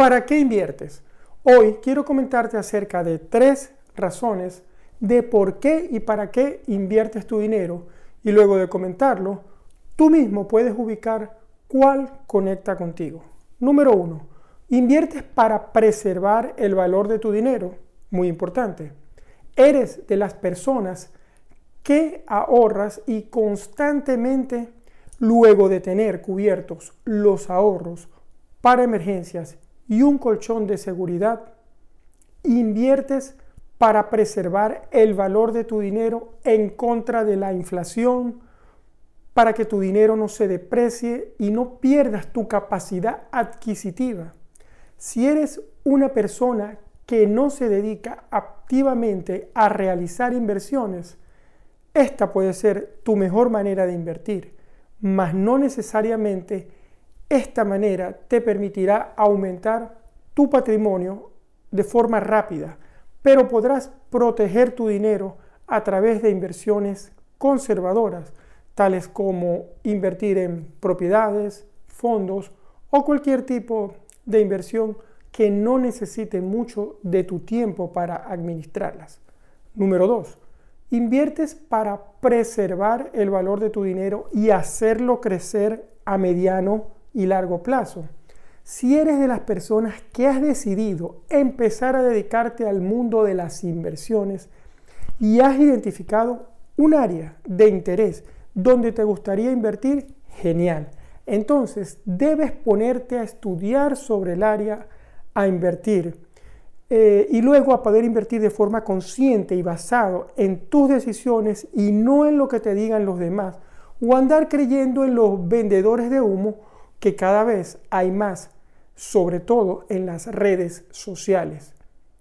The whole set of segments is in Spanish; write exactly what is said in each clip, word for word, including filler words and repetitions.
¿Para qué inviertes? Hoy quiero comentarte acerca de tres razones de por qué y para qué inviertes tu dinero, y luego de comentarlo, tú mismo puedes ubicar cuál conecta contigo. Número uno, inviertes para preservar el valor de tu dinero. Muy importante. Eres de las personas que ahorras y constantemente, luego de tener cubiertos los ahorros para emergencias y un colchón de seguridad, inviertes para preservar el valor de tu dinero en contra de la inflación, para que tu dinero no se deprecie y no pierdas tu capacidad adquisitiva. Si eres una persona que no se dedica activamente a realizar inversiones, esta puede ser tu mejor manera de invertir, mas no necesariamente esta manera te permitirá aumentar tu patrimonio de forma rápida, pero podrás proteger tu dinero a través de inversiones conservadoras, tales como invertir en propiedades, fondos o cualquier tipo de inversión que no necesite mucho de tu tiempo para administrarlas. Número dos. Inviertes para preservar el valor de tu dinero y hacerlo crecer a mediano y largo plazo. Si eres de las personas que has decidido empezar a dedicarte al mundo de las inversiones y has identificado un área de interés donde te gustaría invertir, genial. Entonces debes ponerte a estudiar sobre el área a invertir eh, y luego a poder invertir de forma consciente y basado en tus decisiones y no en lo que te digan los demás, o andar creyendo en los vendedores de humo que cada vez hay más, sobre todo en las redes sociales.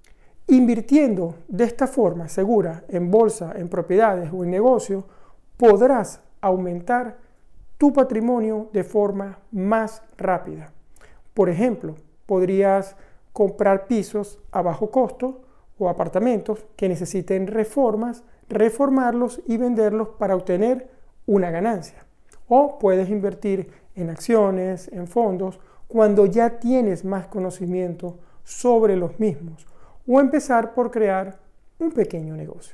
Invirtiendo de esta forma segura en bolsa, en propiedades o en negocio, podrás aumentar tu patrimonio de forma más rápida. Por ejemplo, podrías comprar pisos a bajo costo o apartamentos que necesiten reformas, reformarlos y venderlos para obtener una ganancia. O puedes invertir en acciones, en fondos, cuando ya tienes más conocimiento sobre los mismos. O empezar por crear un pequeño negocio.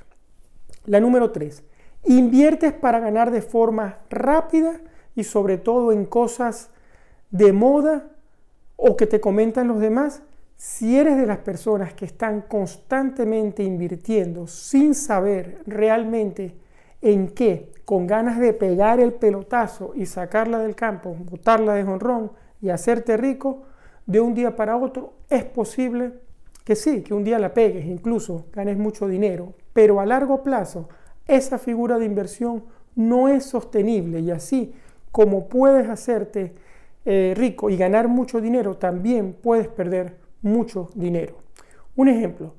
La número tres. Inviertes para ganar de forma rápida y sobre todo en cosas de moda o que te comentan los demás. Si eres de las personas que están constantemente invirtiendo sin saber realmente en qué, con ganas de pegar el pelotazo y sacarla del campo, botarla de jonrón y hacerte rico de un día para otro, es posible que sí, que un día la pegues, incluso ganes mucho dinero, pero a largo plazo esa figura de inversión no es sostenible, y así como puedes hacerte eh, rico y ganar mucho dinero, también puedes perder mucho dinero. Un ejemplo,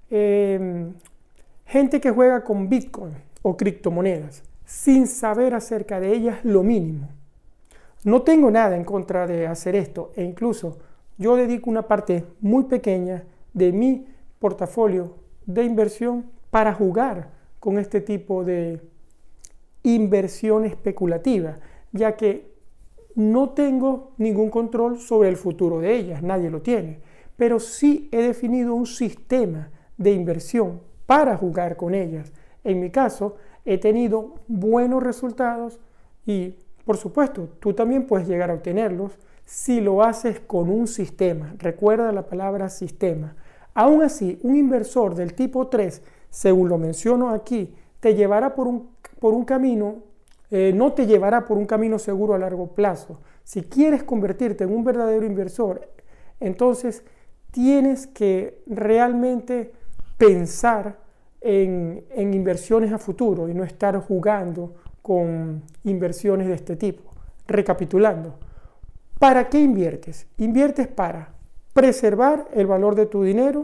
eh, gente que juega con Bitcoin o criptomonedas sin saber acerca de ellas lo mínimo. No tengo nada en contra de hacer esto, e incluso yo dedico una parte muy pequeña de mi portafolio de inversión para jugar con este tipo de inversión especulativa, ya que no tengo ningún control sobre el futuro de ellas, nadie lo tiene, pero sí he definido un sistema de inversión para jugar con ellas. En mi caso, he tenido buenos resultados y, por supuesto, tú también puedes llegar a obtenerlos si lo haces con un sistema. Recuerda la palabra sistema. Aún así, un inversor del tipo tres, según lo menciono aquí, te llevará por un, por un camino, eh, no te llevará por un camino seguro a largo plazo. Si quieres convertirte en un verdadero inversor, entonces tienes que realmente pensar en, en inversiones a futuro y no estar jugando con inversiones de este tipo. Recapitulando, ¿para qué inviertes? Inviertes para preservar el valor de tu dinero,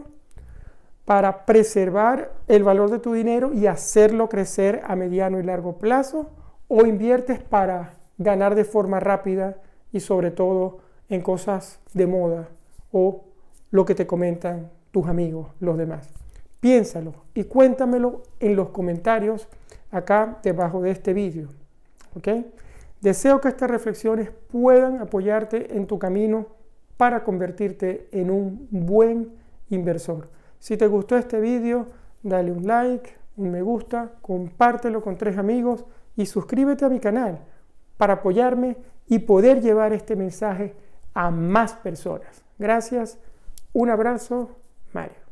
para preservar el valor de tu dinero y hacerlo crecer a mediano y largo plazo, o inviertes para ganar de forma rápida y sobre todo en cosas de moda o lo que te comentan tus amigos, los demás. Piénsalo y cuéntamelo en los comentarios acá debajo de este vídeo. ¿Ok? Deseo que estas reflexiones puedan apoyarte en tu camino para convertirte en un buen inversor. Si te gustó este vídeo, dale un like, un me gusta, compártelo con tres amigos y suscríbete a mi canal para apoyarme y poder llevar este mensaje a más personas. Gracias, un abrazo, Mario.